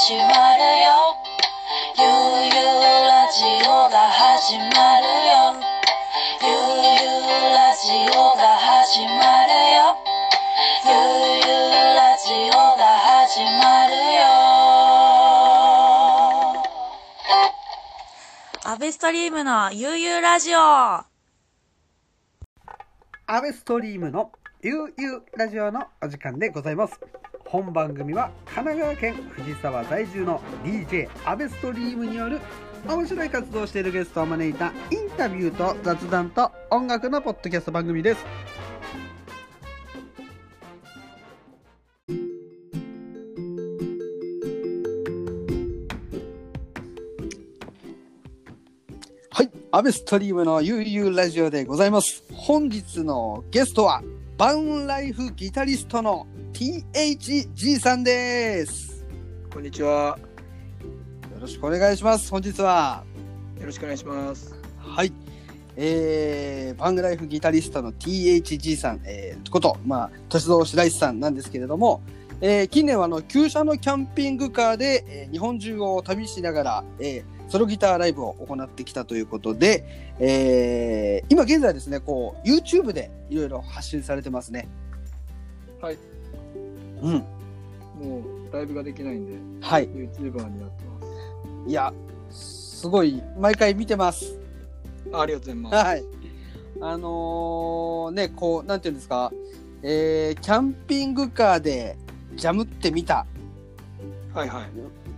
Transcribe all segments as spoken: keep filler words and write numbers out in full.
始まるよ。ゆうゆうラジオが始まるよ。ゆうゆうラジオが始まるよ。ゆうゆうラジオが始まるよ。アベストリームのゆうゆうラジオ。 アベストリームのゆうゆうラジオのお時間でございます。本番組は神奈川県藤沢在住の ディージェー アベストリームによる面白い活動をしているゲストを招いたインタビューと雑談と音楽のポッドキャスト番組です。はい、アベストリームのゆうゆうラジオでございます。本日のゲストはバンライフギタリストの ティーエイチジー さんです。 こんにちは。 よろしくお願いします。本日はよろしくお願いします。 はい、えー、バンライフギタリストの ティーエイチジー さん、えー、こと、まあ、歳三白石さんなんですけれども、えー、近年はあの旧車のキャンピングカーで、えー、日本中を旅しながら、えー、ソロギターライブを行ってきたということで、えー、今現在ですね、こう YouTube でいろいろ発信されてますね。 はい。 うん。 もうライブができないんで、 はい。 YouTuber になってます。 いや、すごい毎回見てます。 あ、ありがとうございます。 はい。あのー、ね、こうなんていうんですか、えー、キャンピングカーでジャムってみた。 はいはい。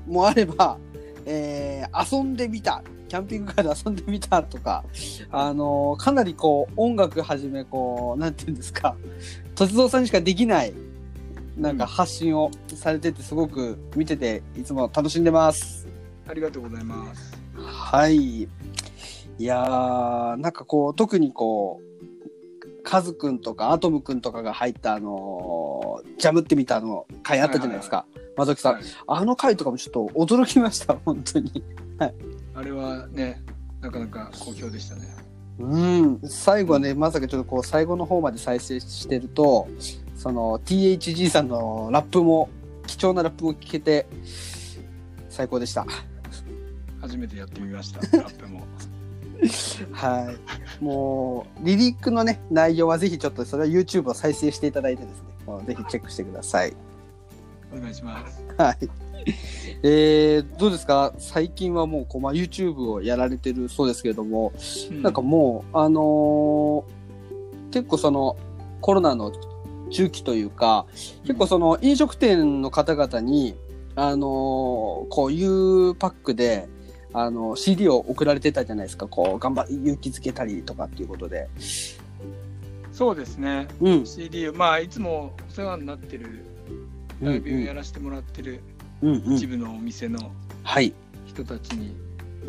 もあれば、えー、遊んでみた。キャンピングカーで遊んでみたとか、あのー、かなりこう音楽はじめこうなんていうんですか、歳三さんにしかできないなんか発信をされてて、すごく見てていつも楽しんでます。 ありがとうございます。 はい。いやー、なんかこう特にこうカズくんとかアトムくんとかが入ったあのー、ジャムってみたの回あったじゃないですか。まぞきさん、はい、あの回とかもちょっと驚きました本当に。はい。 あれはね、なかなか好評でしたね。 うん。最後はね、まさかちょっとこう最後の方まで再生してると、その ティーエイチジー さんのラップも貴重なラップも聞けて最高でした。 初めてやってみましたラップも。 はい。もうリリックのね内容はぜひちょっとそれは YouTube を再生していただいてですね、もうぜひチェックしてください。 お願いします。 はい。えー、どうですか、最近はもうこう、まあ、YouTube をやられてるそうですけれども、うん、なんかもうあのー、結構そのコロナの中期というか、結構その飲食店の方々にあのー、こう U パックであの シーディー を送られてたじゃないですか。こう頑張り勇気づけたりとかっていうことで。 そうですね、うん、シーディー をまあいつもお世話になってるライブをやらせてもらってる一部のお店の人たちに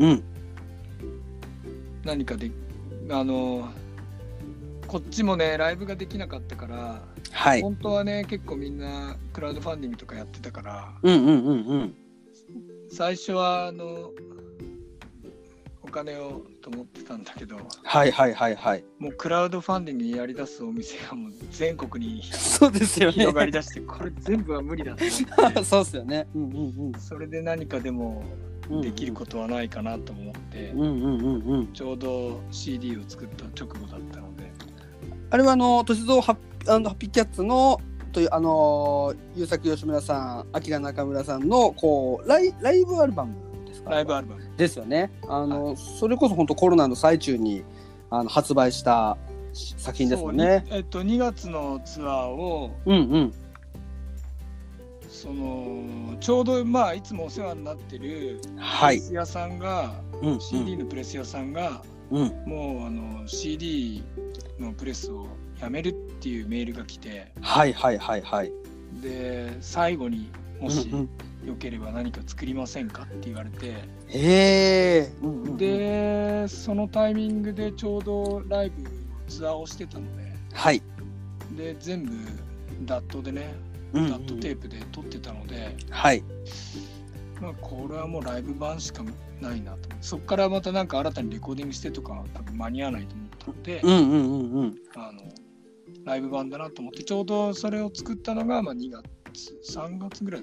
何かで、あのこっちもねライブができなかったから、はい、本当はね結構みんなクラウドファンディングとかやってたから、うんうんうんうん、最初はあのお金をと思ってたんだけど、 はいはいはいはい、 もうクラウドファンディングにやりだすお店がもう全国にそうですよね、 広がりだして、これ全部は無理だと思ってそうですよね、うんうんうん、 それで何かでもできることはないかなと思って、うんうんうんうん、ちょうど シーディー を作った直後だったので、 あれはあの歳三ハッピーキャッツのというあの優作吉村さん、明中村さんのこうライ、ライブアルバムですか？ ライブアルバムですよね。あの、はい、それこそ本当コロナの最中にあの発売した作品ですもんね。 えっとにがつのツアーを、うんうん、そのちょうどまあいつもお世話になってるプレス屋さんが、はい、シーディー のプレス屋さんが、うん、もうあの シーディー のプレスをやめるっていうメールが来て、 はいはいはいはい。 で最後にもしよければ何か作りませんかって言われて、 へー、 うんうんうん、でそのタイミングでちょうどライブのツアーをしてたので、はい、で全部ダットでね、うんうん、ダットテープで撮ってたので、はい、まあこれはもうライブ版しかないなと。そっからまたなんか新たにレコーディングしてとか多分間に合わないと思ったので、うんうんうんうん、あのライブ版だなと思って、ちょうどそれを作ったのがまあにがつさんがつぐらいだったかな。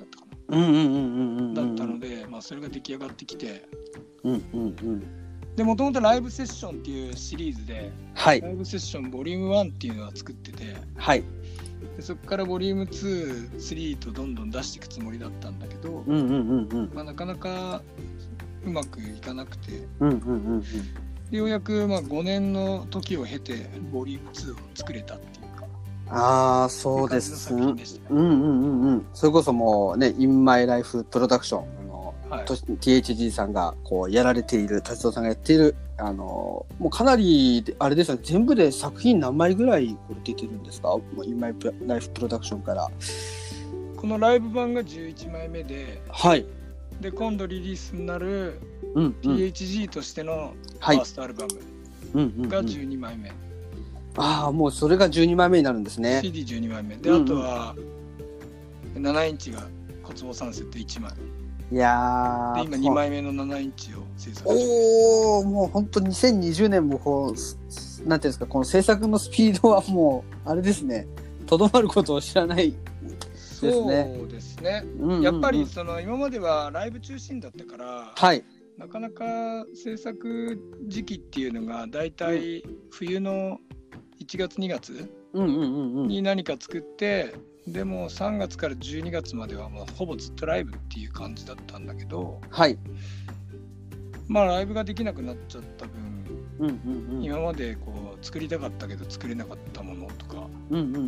だったので、まあ、それが出来上がってきて、 うんうんうん、 でもともとライブセッションっていうシリーズで、 はい、 ライブセッションボリュームワンっていうのは作ってて、 はい、 でそこからボリュームツー、スリーとどんどん出していくつもりだったんだけど、 うんうんうんうん、 まあ、なかなかうまくいかなくて、 うんうんうんうん、 でようやくまあごねんの時を経てボリュームツーを作れたっていうか。 ああ、そうです。うんうんうんうん。それこそもうね、インマイライフプロダクション、あの、はい、ティーエイチジー さんがこうやられている、達郎さんがやっている、あの、もうかなり、あれですよね、全部で作品何枚ぐらいこれ出てるんですか？インマイライフプロダクションから。 このライブ版がじゅういちまいめで、 はい。 で、今度リリースになる ティーエイチジー としてのファーストアルバムがじゅうにまいめ。 ああ、もうそれがじゅうにまいめになるんですね。 シーディーじゅうにまいめで、うんうん、あとはななインチが小坪サンセットいちまい。 いやで今にまいめのななインチを制作してます。 おお、もう本当にせんにじゅうねんもこうなんていうんですか、この制作のスピードはもうあれですね、とどまることを知らないですね。 そうですね、うんうんうん、やっぱりその今まではライブ中心だったから、 はい、 なかなか制作時期っていうのがだいたい冬のいちがつにがつに何か作って、でもさんがつからじゅうにがつまではもうほぼずっとライブっていう感じだったんだけど、 はい、 まあライブができなくなっちゃった分、 うんうんうん、 今までこう作りたかったけど作れなかったものとか、 うんうんうんうん、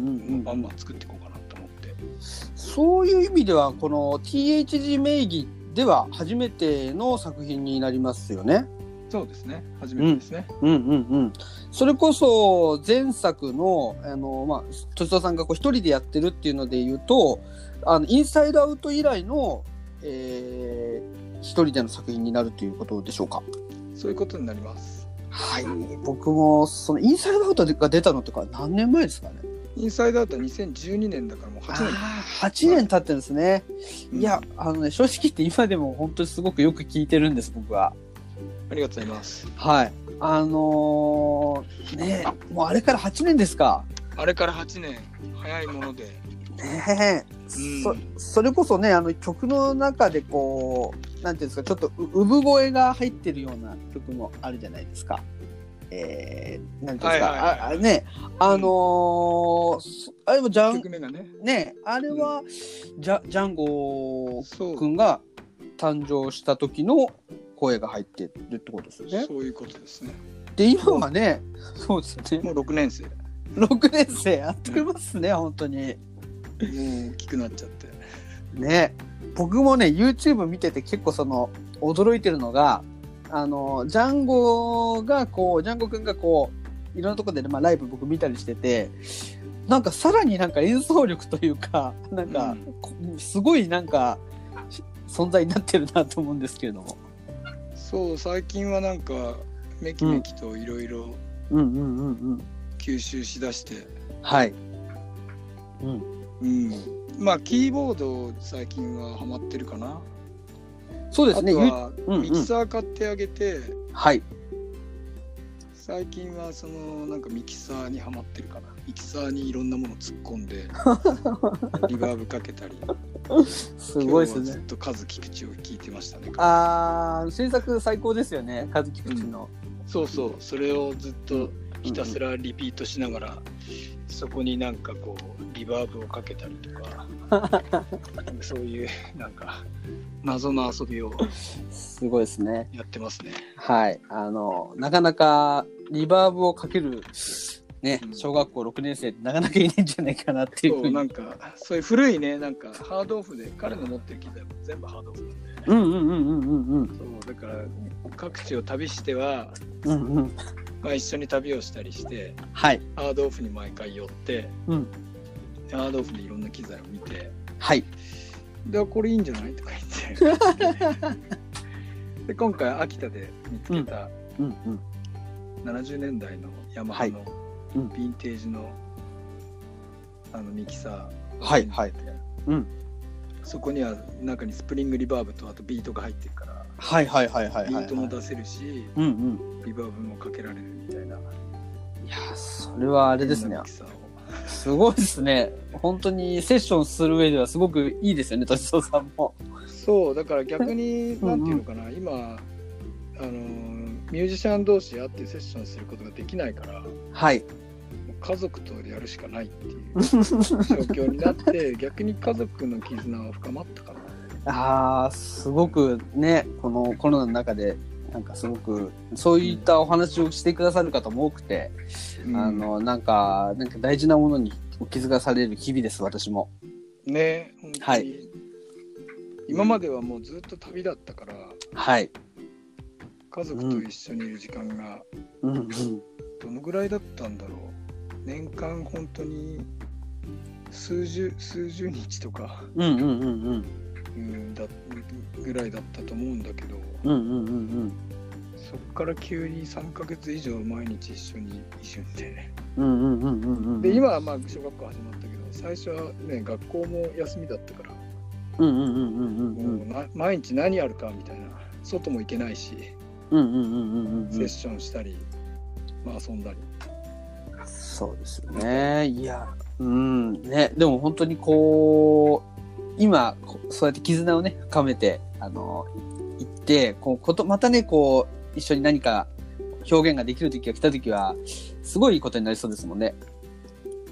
バンバン作っていこうかなと思って。 そういう意味ではこの ティーエイチジー 名義では初めての作品になりますよね。 そうですね、初めてですね。 うん、うんうんうん。それこそ前作のあのまあ敏郎さんがこう一人でやってるっていうので言うと、あのインサイドアウト以来の、えー、一人での作品になるということでしょうか。 そういうことになります。 はい。僕もそのインサイドアウトが出たのとか何年前ですかね。 インサイドアウトはにせんじゅうにねんだからもうはちねん。 はちねん経ってるんですね。うん、いやあのね、正直言って今でも本当にすごくよく聞いてるんです、僕は。 ありがとうございます。 はい。あのー、ね、もうあれからはちねんですか。 あれからはちねん、早いもので。 ねえ、うん、そ, それこそね、あの曲の中でこう、なんていうんですか、ちょっと産声が入ってるような曲もあるじゃないですか。えー、なんていうんですか、はいはいはい、あ, あね、あのーうん、あれもジャン、 ね, ね、あれは、うん、ジャジャンゴ君が誕生した時の声が入ってるってことですよね。 そういうことですね。 で、今はね、そうですね。 もうろくねん生。 ろくねん生やってますね、うん、本当に。もう大きくなっちゃって。 ね、僕もね、YouTube 見てて結構その、驚いてるのが、あの、ジャンゴがこう、ジャンゴくんがこう、いろんなところで、ね、まあ、ライブ僕見たりしてて、なんかさらになんか演奏力というか、なんか、うん、すごいなんか、存在になってるなと思うんですけれども。 そう、最近はなんかめきめきといろいろ吸収しだして、 はい、 うんうん、まあキーボード最近はハマってるかな。 そうですね。 あとはミキサー買ってあげて、うんうん、 はい。 最近はそのなんかミキサーにハマってるかな。ミキサーにいろんなもの突っ込んでリバーブかけたり。 すごいですね。 ずっとカズキクチを聞いてましたね。 ああ、新作最高ですよね、カズキクチの、 うん。そうそう、それをずっとひたすらリピートしながら、うんうん、そこになんかこうリバーブをかけたりとか、そういうなんか謎の遊びをすごいですね。 やってますね。 はい、あのなかなかリバーブをかける。ね、小学校ろくねん生ってなかなかいないんじゃないかなっていうふうに。 そう、なんかそういう古いね、なんかハードオフで彼の持ってる機材も全部ハードオフなんで、 うんうんうんうんうんうん。 そうだから各地を旅しては、 うんうん、 まあ一緒に旅をしたりして、 はい、 ハードオフに毎回寄って、 うん、 ハードオフでいろんな機材を見て、 はい、 でこれいいんじゃないとか言ってで今回秋田で見つけた、 うんうんうん、 ななじゅうねんだいのヤマハの、はい、ヴィンテージのあのミキサー、 はいはい、うん、 そこには中にスプリングリバーブとあとビートが入ってるから、 はいはいはいはい、はい、 ビートも出せるし、 うんうん、 リバーブもかけられるみたいな。いやそれはあれですね。 ミキサーをすごいですね。本当にセッションする上ではすごくいいですよね、としそうさんも。 そうだから逆になんていうのかな、うんうん、今あのミュージシャン同士会ってセッションすることができないから、 はい、 家族とやるしかないっていう状況になって逆に家族の絆は深まったかな。 ああ、すごくね、このコロナの中でなんかすごくそういったお話をしてくださる方も多くて、うん、あのなんかなんか大事なものにお気づかされる日々です、私も。 ね、本当に、はい、今まではもうずっと旅だったから、 はい、 家族と一緒にいる時間がどのぐらいだったんだろう。年間本当に数十数十日とか、 うんうんうんうんうん、だぐらいだったと思うんだけど、 うんうんうんうん、 そっから急にさんかげつ以上毎日一緒にいるんで、 うんうんうんうんうん、 で今はまあ小学校始まったけど、最初はね学校も休みだったから、 うんうんうんうんうん、 もうな毎日何やるかみたいな、外も行けないし、 うんうんうんうんうん、 セッションしたり、まあ遊んだり。 そうですよね。いや、うんね、でも本当にこう今そうやって絆をね深めてあのいってこうことまたねこう一緒に何か表現ができる時が来た時はすごいいいことになりそうですもんね。 うん、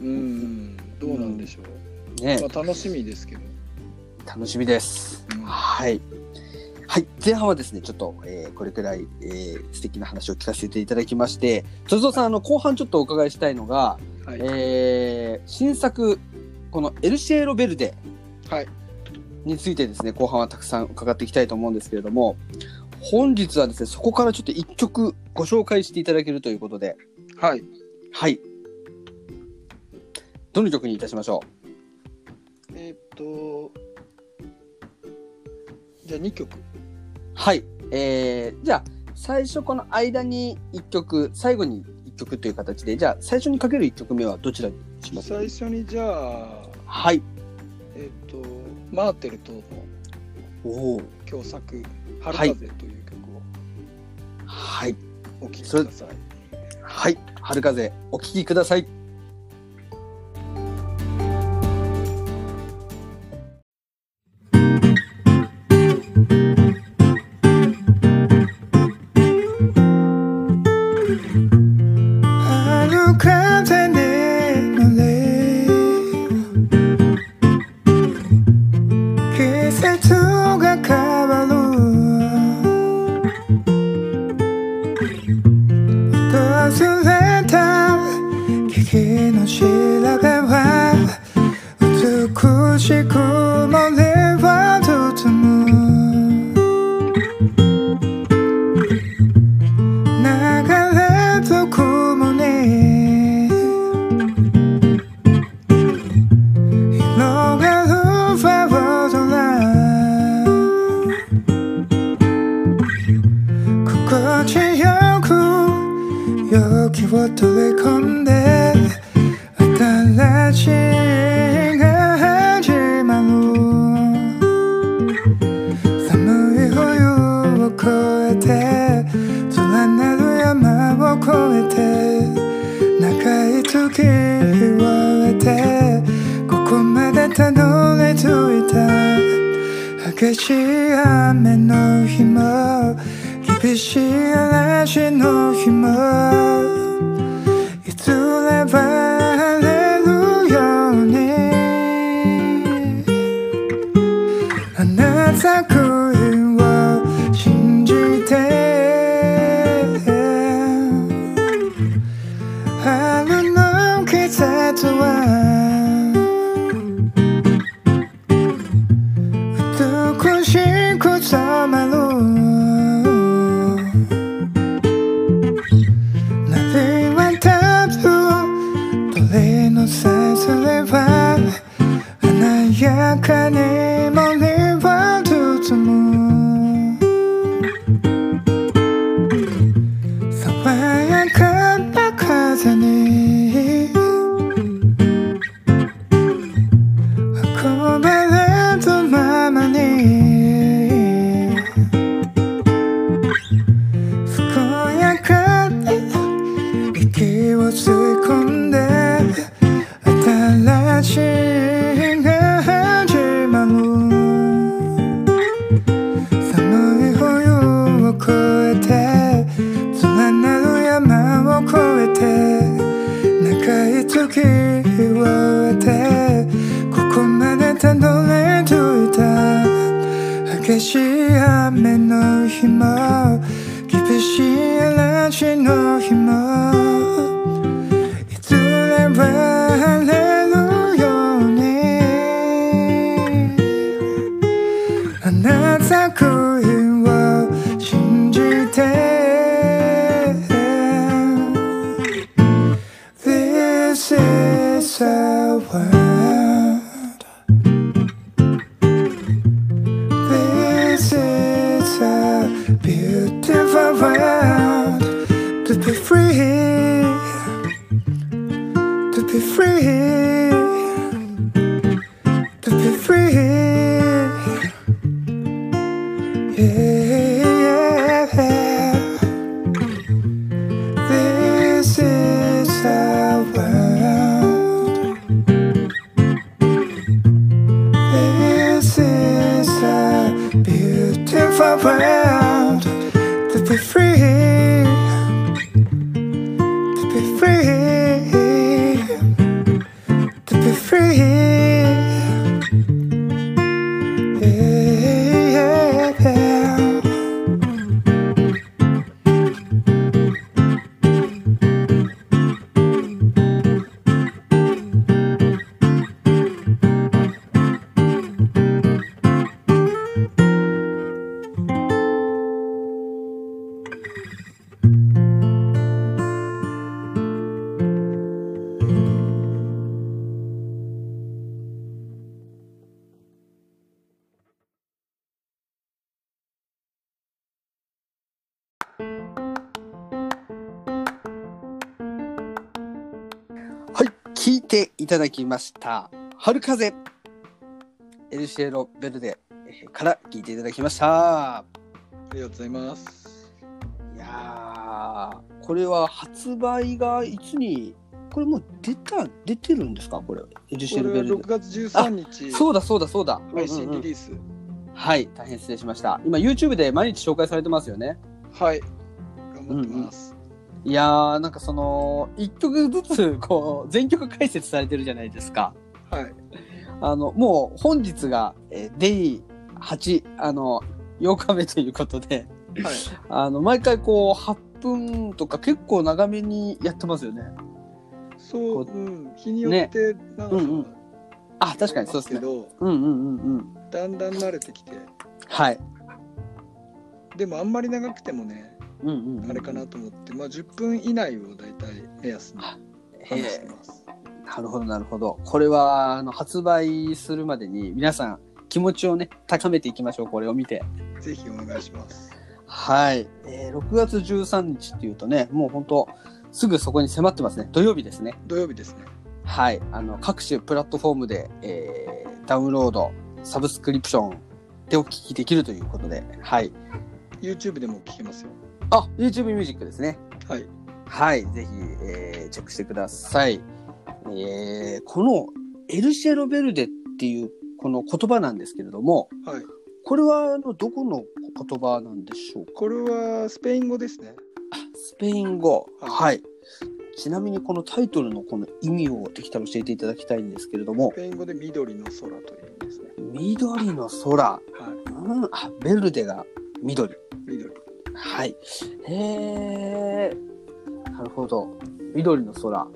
どうなんでしょう。ね、まあ、楽しみですけど。 楽しみです。うん、はい。はい、前半はですねちょっと、えー、これくらい、えー、素敵な話を聞かせていただきまして、としぞうさん、あの後半ちょっとお伺いしたいのが、はい、えー、新作このエルシエロベルデについてですね、後半はたくさん伺っていきたいと思うんですけれども、本日はですねそこからちょっと一曲ご紹介していただけるということで、 はいはい、どの曲にいたしましょう。えー、っとじゃあにきょく。 はい、えー、じゃあ最初この間にいっきょく、最後にいっきょくという形で、じゃあ最初にかけるいっきょくめはどちらにしますか？ 最初にじゃあ、 はい、 えっとマーテルとの共作「春風」という曲を、 はい、 お聴きください。 はい、春風お聴きください。 激しい雨の日も厳しい嵐の日もいずれは晴れるように花咲く日を信じて春の季節は中に森は包む爽やかな風に運ばれたままに健やかに息を吸い込んでた濡れといた激しい雨の日も厳しい嵐の日もいずれは晴れるようにあなた恋を信じて This is our world This is a beautiful world To be free To be free To be free Yeah, yeah. This is our world This is a beautiful world To be free To be free To be free Yeah, yeah. 聴いていただきました春風エルシエロ・ベルデから聴いていただきました。 ありがとうございます。 いやーこれは発売がいつにこれもう出た出てるんですか？これエルシエロ・ベルデこれろくがつじゅうさんにちそうだそうだそうだ配信リリース、うんうんうん、はい大変失礼しました。今 YouTube で毎日紹介されてますよね。 はい頑張ってます、うんうん、いやーなんかそのいっきょくずつこう全曲解説されてるじゃないですか。 はいあのもう本日が、えー、デイはちあのようかめということで、はい、あの毎回こうはっぷんとか結構長めにやってますよね。 そう、うん、日によって長さ、ねうんうん、 あ確かにそうですけど、うんうんうんうん、 だんだん慣れてきて、 はい。 でもあんまり長くてもね、うんうんうん、あれかなと思って、まあじゅっぷん以内をだいたい目安に話してます。 なるほどなるほど。これはあの発売するまでに皆さん気持ちをね高めていきましょう。これを見てぜひお願いします。 はい、えー、ろくがつじゅうさんにちっていうとねもう本当すぐそこに迫ってますね。土曜日ですね。 土曜日ですね。 はい、あの各種プラットフォームで、えー、ダウンロードサブスクリプションでお聞きできるということで、はい。 YouTube でも聞けますよ。 あ、YouTube ミュージックですね。 はい。 はい、ぜひ、えー、チェックしてください。えー、このエルシエロ・ベルデっていうこの言葉なんですけれども、 はい、 これはあのどこの言葉なんでしょうか？ これはスペイン語ですね。 あ、スペイン語。はい。はい、ちなみにこのタイトルのこの意味をできたら教えていただきたいんですけれども。 スペイン語で緑の空という意味ですね。 緑の空。はい。うん、あ、ベルデが緑。 緑。 はい。へー。なるほど。緑の空。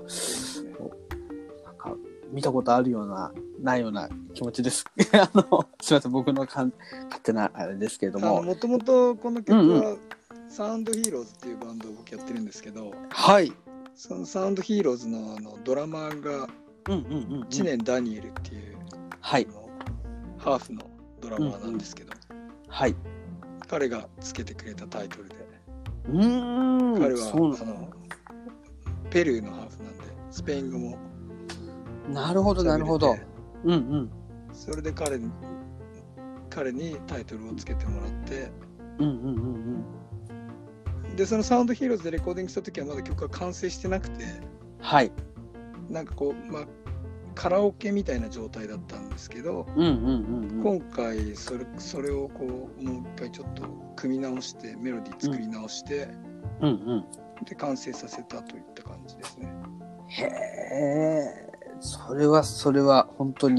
見たことあるようなないような気持ちですあのすみません僕のかん勝手なあれですけれども、 もともとこの曲は、うんうん、サウンドヒーローズっていうバンドを僕やってるんですけど、 はい、 そのサウンドヒーローズ の, あのドラマーが知念ダニエルっていう、 はい、 ハーフのドラマーなんですけど、 うんうん、はい、 彼がつけてくれたタイトルで、 うーん彼はあのペルーのハーフなんでスペイン語もなるほどなるほど。うんうん。 それで彼に彼にタイトルをつけてもらって、 うんうんうんうん。でそのサウンドヒーローズでレコーディングした時はまだ曲が完成してなくて、 はい。 なんかこうまあカラオケみたいな状態だったんですけど、 うんうんうんうん、 今回それそれをこうもう一回ちょっと組み直してメロディー作り直して、 うんうんうん、 で完成させたといった感じですね。 へえ。それはそれは本当に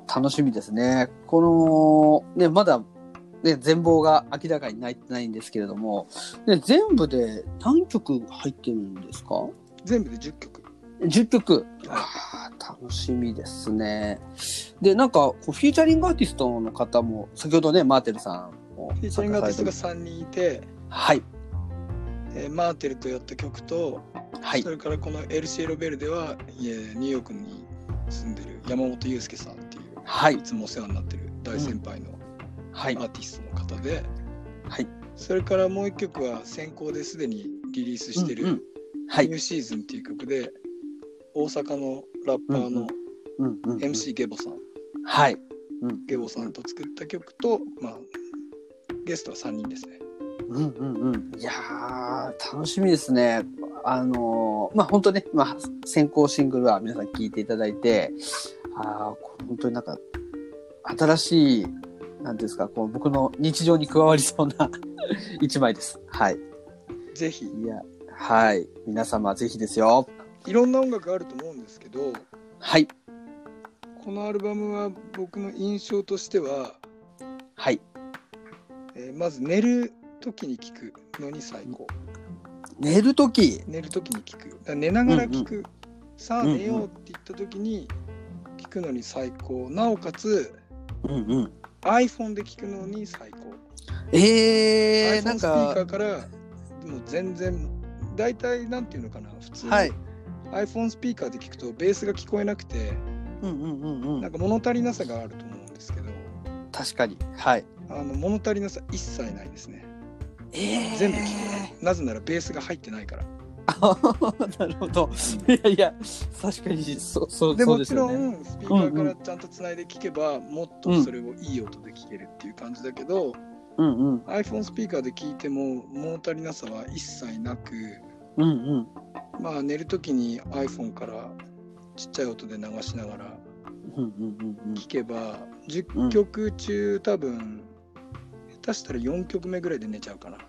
楽しみですね。この、ね、まだ、ね、全貌が明らかになってないんですけれども、ね、全部で何曲入ってるんですか？ 全部でじゅっきょく。 じゅっきょく。 はい、 あ楽しみですね。で、なんか、こうフィーチャリングアーティストの方も、先ほどね、マーテルさんも。 フィーチャリングアーティストがさんにんいて、 はい。 えー、マーテルとやった曲と、はい、それからこのエルシエロベルでは、ニューヨークに住んでる山本裕介さんっていう、はい、いつもお世話になってる大先輩のアーティストの方で、はい、それからもう一曲は先行ですでにリリースしてる、うんうん、はい、ニューシーズンっていう曲で大阪のラッパーの エムシー ゲボさん、はい、うん、ゲボさんと作った曲と、まあ、ゲストはさんにんですね。 うんうんうん、いやー楽しみですね。あのー、まあ本当ね、まあ、先行シングルは皆さん聴いていただいて、あ本当になんか新しいなんていうんですか、こう僕の日常に加わりそうな一枚です。はい。 ぜひ。 いや、はい、皆様ぜひですよ。 いろんな音楽あると思うんですけど、 はい。 このアルバムは僕の印象としては、 はい。 えー、まず寝る時に聴くのに最高。 寝る時寝る時に聴く。だ寝ながら聴く、うんうん、さあ寝ようって言った時に聴くのに最高。なおかつ、うんうん、iPhone で聴くのに最高。 えー、 iPhone スピーカーからもう全然大体なんていうのかな、普通、はい、iPhone スピーカーで聴くとベースが聞こえなくて、うんうんうんうん、なんか物足りなさがあると思うんですけど、 確かに、はい、 あの物足りなさ一切ないですね。 えー、 全部聞こえる。なぜならベースが入ってないから。 なるほど。いやいや、確かにそそうで、 そうですよね。もちろんスピーカーからちゃんとつないで聞けば、うんうん、もっとそれをいい音で聞けるっていう感じだけど、うんうん、iPhone スピーカーで聞いても物足りなさは一切なく、うんうん、まあ寝るときに iPhone からちっちゃい音で流しながら聞けば、じゅっきょく中多分下手したらよんきょくめぐらいで寝ちゃうかな。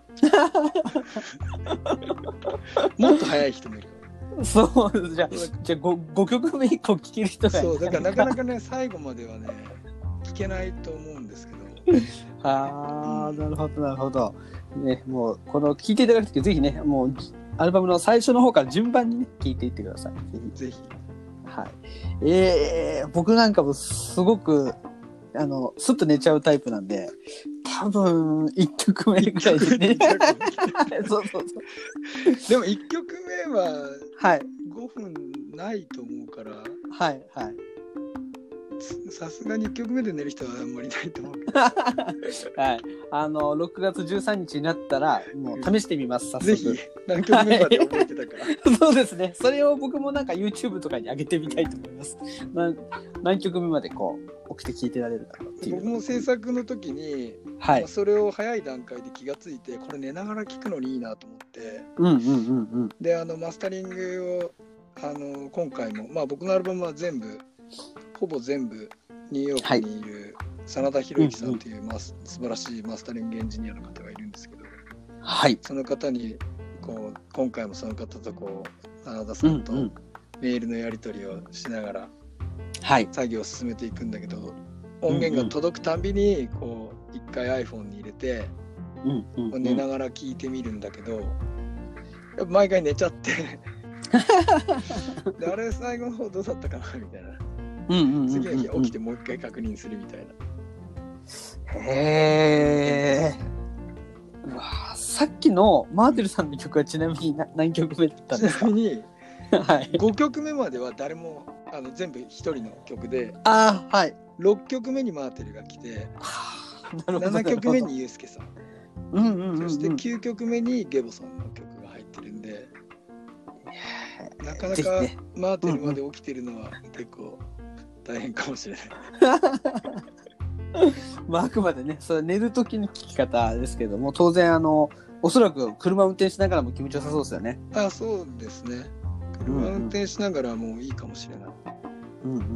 もっと早い人もいる。 そうじゃあじゃあ 5, ごきょくめ以降聴ける人がいる。 そうだからなかなかね最後まではね聴けないと思うんですけど。 ああ、なるほどなるほど。ね、もうこの聴いていただくときぜひね、もうアルバムの最初の方から順番にね聴いていってください。ぜひぜひ。 はい。えー、僕なんかもすごくあのスッと寝ちゃうタイプなんで。多分いっきょくめぐらいでね。そうそうそう。 でもいっきょくめはごふんないと思うから。 はいはい。 さすがにいっきょくめで寝る人はあんまりないと思うけど。 はい。あのろくがつじゅうさんにちになったらもう試してみます。早速。 ぜひ何曲目まで覚えてたから。 はい、そうですね。それを僕もなんか YouTube とかに上げてみたいと思います。何, 何曲目までこう起きて聴いてられるかっていう。 僕も制作の時に、はい、まあ、それを早い段階で気がついて、これ寝ながら聴くのにいいなと思って。うんうんうんうん。であのマスタリングをあの今回もまあ僕のアルバムは全部。ほぼ全部ニューヨークにいる真田広之さんという、まあ、素晴らしいマスタリングエンジニアの方がいるんですけど、はい、その方にこう今回もその方とこう真田さんとメールのやり取りをしながら作業を進めていくんだけど、音源が届くたんびにこう一回 iPhone に入れて寝ながら聞いてみるんだけど、やっぱ毎回寝ちゃってであれ最後の方どうだったかなみたいな。うんうんうんうん、次の日起きてもう一回確認するみたいな。 へえ。うわさっきのマーテルさんの曲はちなみに何曲目だったんですか？ ちなみに、はい、ごきょくめまでは誰もあの全部一人の曲で、 あ、はい、 ろっきょくめにマーテルが来て、ななきょくめにユースケさん、うんうんうんうん、そしてきゅうきょくめにゲボさんの曲が入ってるんで、なかなかマーテルまで起きてるのは結構大変かもしれないまああくまでねそれ寝る時の聞き方ですけども、当然あのおそらく車運転しながらも気持ちよさそうですよね。 あ、そうですね。車運転しながらもいいかもしれない。うんうんうん。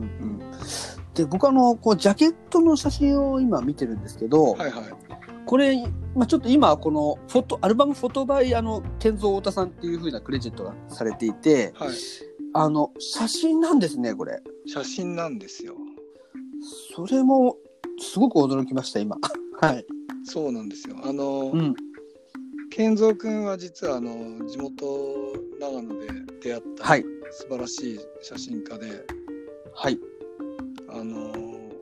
で僕あのこうジャケットの写真を今見てるんですけど、はいはい、これ、まあ、ちょっと今このフォトアルバムフォトバイあの健三太田さんっていう風なクレジットがされていて、はい、あの写真なんですねこれ。 写真なんですよ。 それもすごく驚きました今。はい。 そうなんですよ。あの、 うん、 健三くんは実はあの地元長野で出会った素晴らしい写真家で、 はい。 あの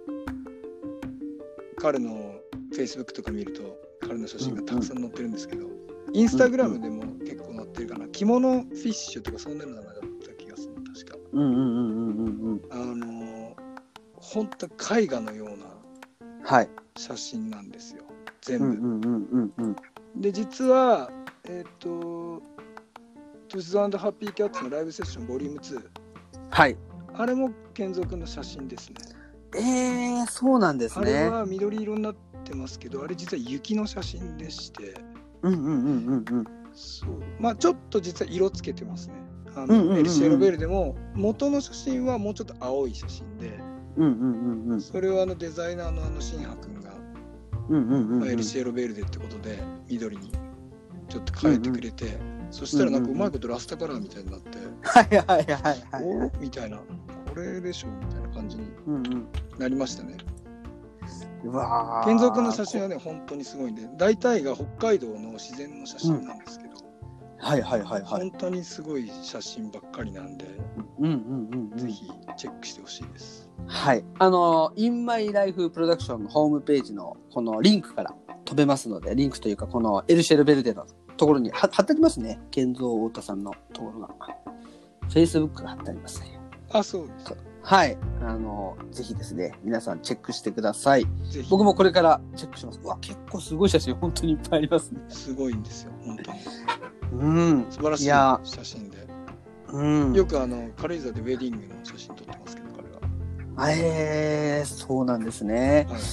彼の Facebook とか見ると彼の写真がたくさん載ってるんですけど、うんうん、インスタグラムでも結構載ってるかな。着物フィッシュとかそんなのがなかった気がする確か。 うんうんうんうんうん。 あの本当絵画のような写真なんですよ、はい、全部。うんうんうんうんうん、で実はえっ、ー、とトゥース&ハッピーキャッツのライブセッションボリュームツー、 はい、 あれも健三君の写真ですね。 えー、そうなんですね。 あれは緑色になってますけど、あれ実は雪の写真でして、 うんうんうんうんうん、 そうまあちょっと実は色つけてますね。あの、うんうんうんうん、エルシエロベルでも元の写真はもうちょっと青い写真で、うんうんうんうん、それをあのデザイナーのあの新波君が、うんうんうんうん、まあ、エルシエロベルデってことで緑にちょっと変えてくれて、うんうん、そしたらなんかうまいことラスタカラーみたいになって、 はいはいはいはい、 おみたいな、これでしょみたいな感じになりましたね。うんうん、うわ健三君の写真はね本当にすごいんで、大体が北海道の自然の写真なんですけど、 うん、はいはいはいはい、 本当にすごい写真ばっかりなんで、 うんうんうんうん、 ぜひチェックしてほしいです。 はい、あの In My Life プロダクションのホームページのこのリンクから飛べますので、リンクというかこのエルシェルベルデのところに貼ってありますね。健三太田さんのところが Facebook が貼ってありますね。 あ、そうです。 はい、あのぜひですね皆さんチェックしてください。僕もこれからチェックします。うわ結構すごい写真本当にいっぱいありますね。 すごいんですよ本当に。 うん、 素晴らしい写真で、 うん、 よくあの軽井沢でウェディングの写真撮ってますけど彼は。 えー、そうなんですね。はい、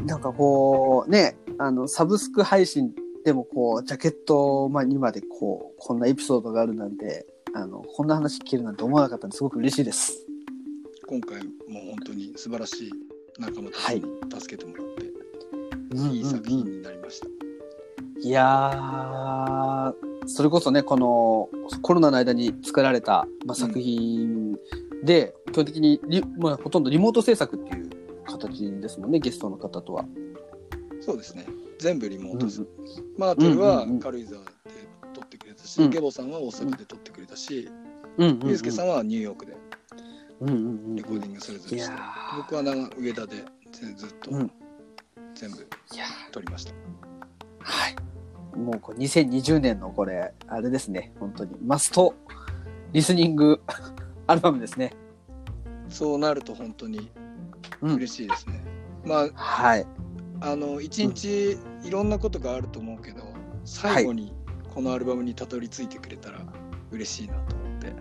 なんかこうね、あのサブスク配信でもこうジャケットにまでこうこんなエピソードがあるなんて、あのこんな話聞けるなんて思わなかったんですごく嬉しいです。 今回も本当に素晴らしい仲間たちに助けてもらって、はい、いい作品になりました。うんうんうん、いやーそれこそねこのコロナの間に作られた、まあ、作品で、うん、基本的にリ、まあ、ほとんどリモート制作っていう形ですもんね、ゲストの方とは。 そうですね、全部リモートです。うん、マートルは軽井沢で撮ってくれたし、うん、ゲボさんは大阪で撮ってくれたし、うんうんうん、ユースケさんはニューヨークでレコーディングそれぞれして、うんうんうん、僕は上田でずっと全部撮りました。 はい、もうこうにせんにじゅうねんのこれあれですね、本当にマストリスニングアルバムですね。 そうなると本当に嬉しいですね。うん、まあ、 はい、 あの一日いろんなことがあると思うけど、うん、最後にこのアルバムにたどり着いてくれたら嬉しいなと思って、いや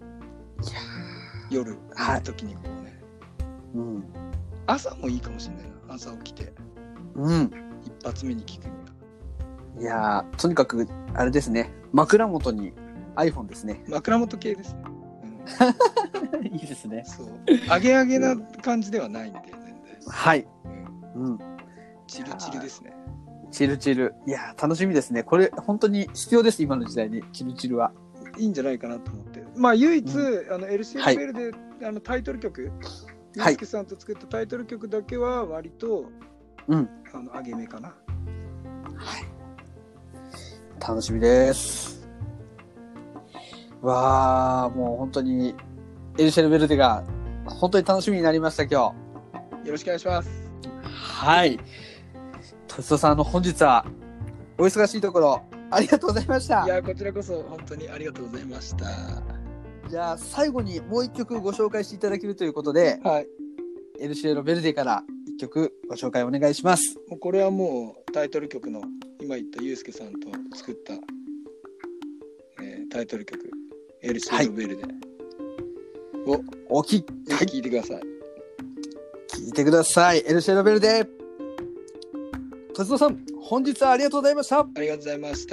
夜寝る時にこうね、うん、朝もいいかもしれないな。朝起きて、うん、一発目に聞くには。 いやとにかくあれですね、枕元に iPhone ですね。 枕元系ですね。 うん、いいですね。 そう。上げ上げな感じではないんで全然。 はい。 うん。うん、チルチルですね。 チルチル。いや楽しみですね。これ本当に必要です今の時代にチルチルは。 いいんじゃないかなと思って。まあ唯一、うん、あの エルシーエル ベルで、はい、あのタイトル曲、ユースケさんと作ったタイトル曲だけは割と、うん、あの上げ目かな。 はい。楽しみです。わあ、もう本当にエルシェルベルデが本当に楽しみになりました今日。よろしくお願いします。 はい。としとさんの本日はお忙しいところありがとうございました。 いやこちらこそ本当にありがとうございました。 じゃあ最後にもう一曲ご紹介していただけるということで、はい、エルシェルベルデから一曲ご紹介お願いします。 もうこれはもうタイトル曲の今言ったユースケさんと作った、えー、タイトル曲エルシェルベルデを、はい、 おき聞いてください。 聞いてください。エルシェルベルデ。としとさん本日はありがとうございました。 ありがとうございました。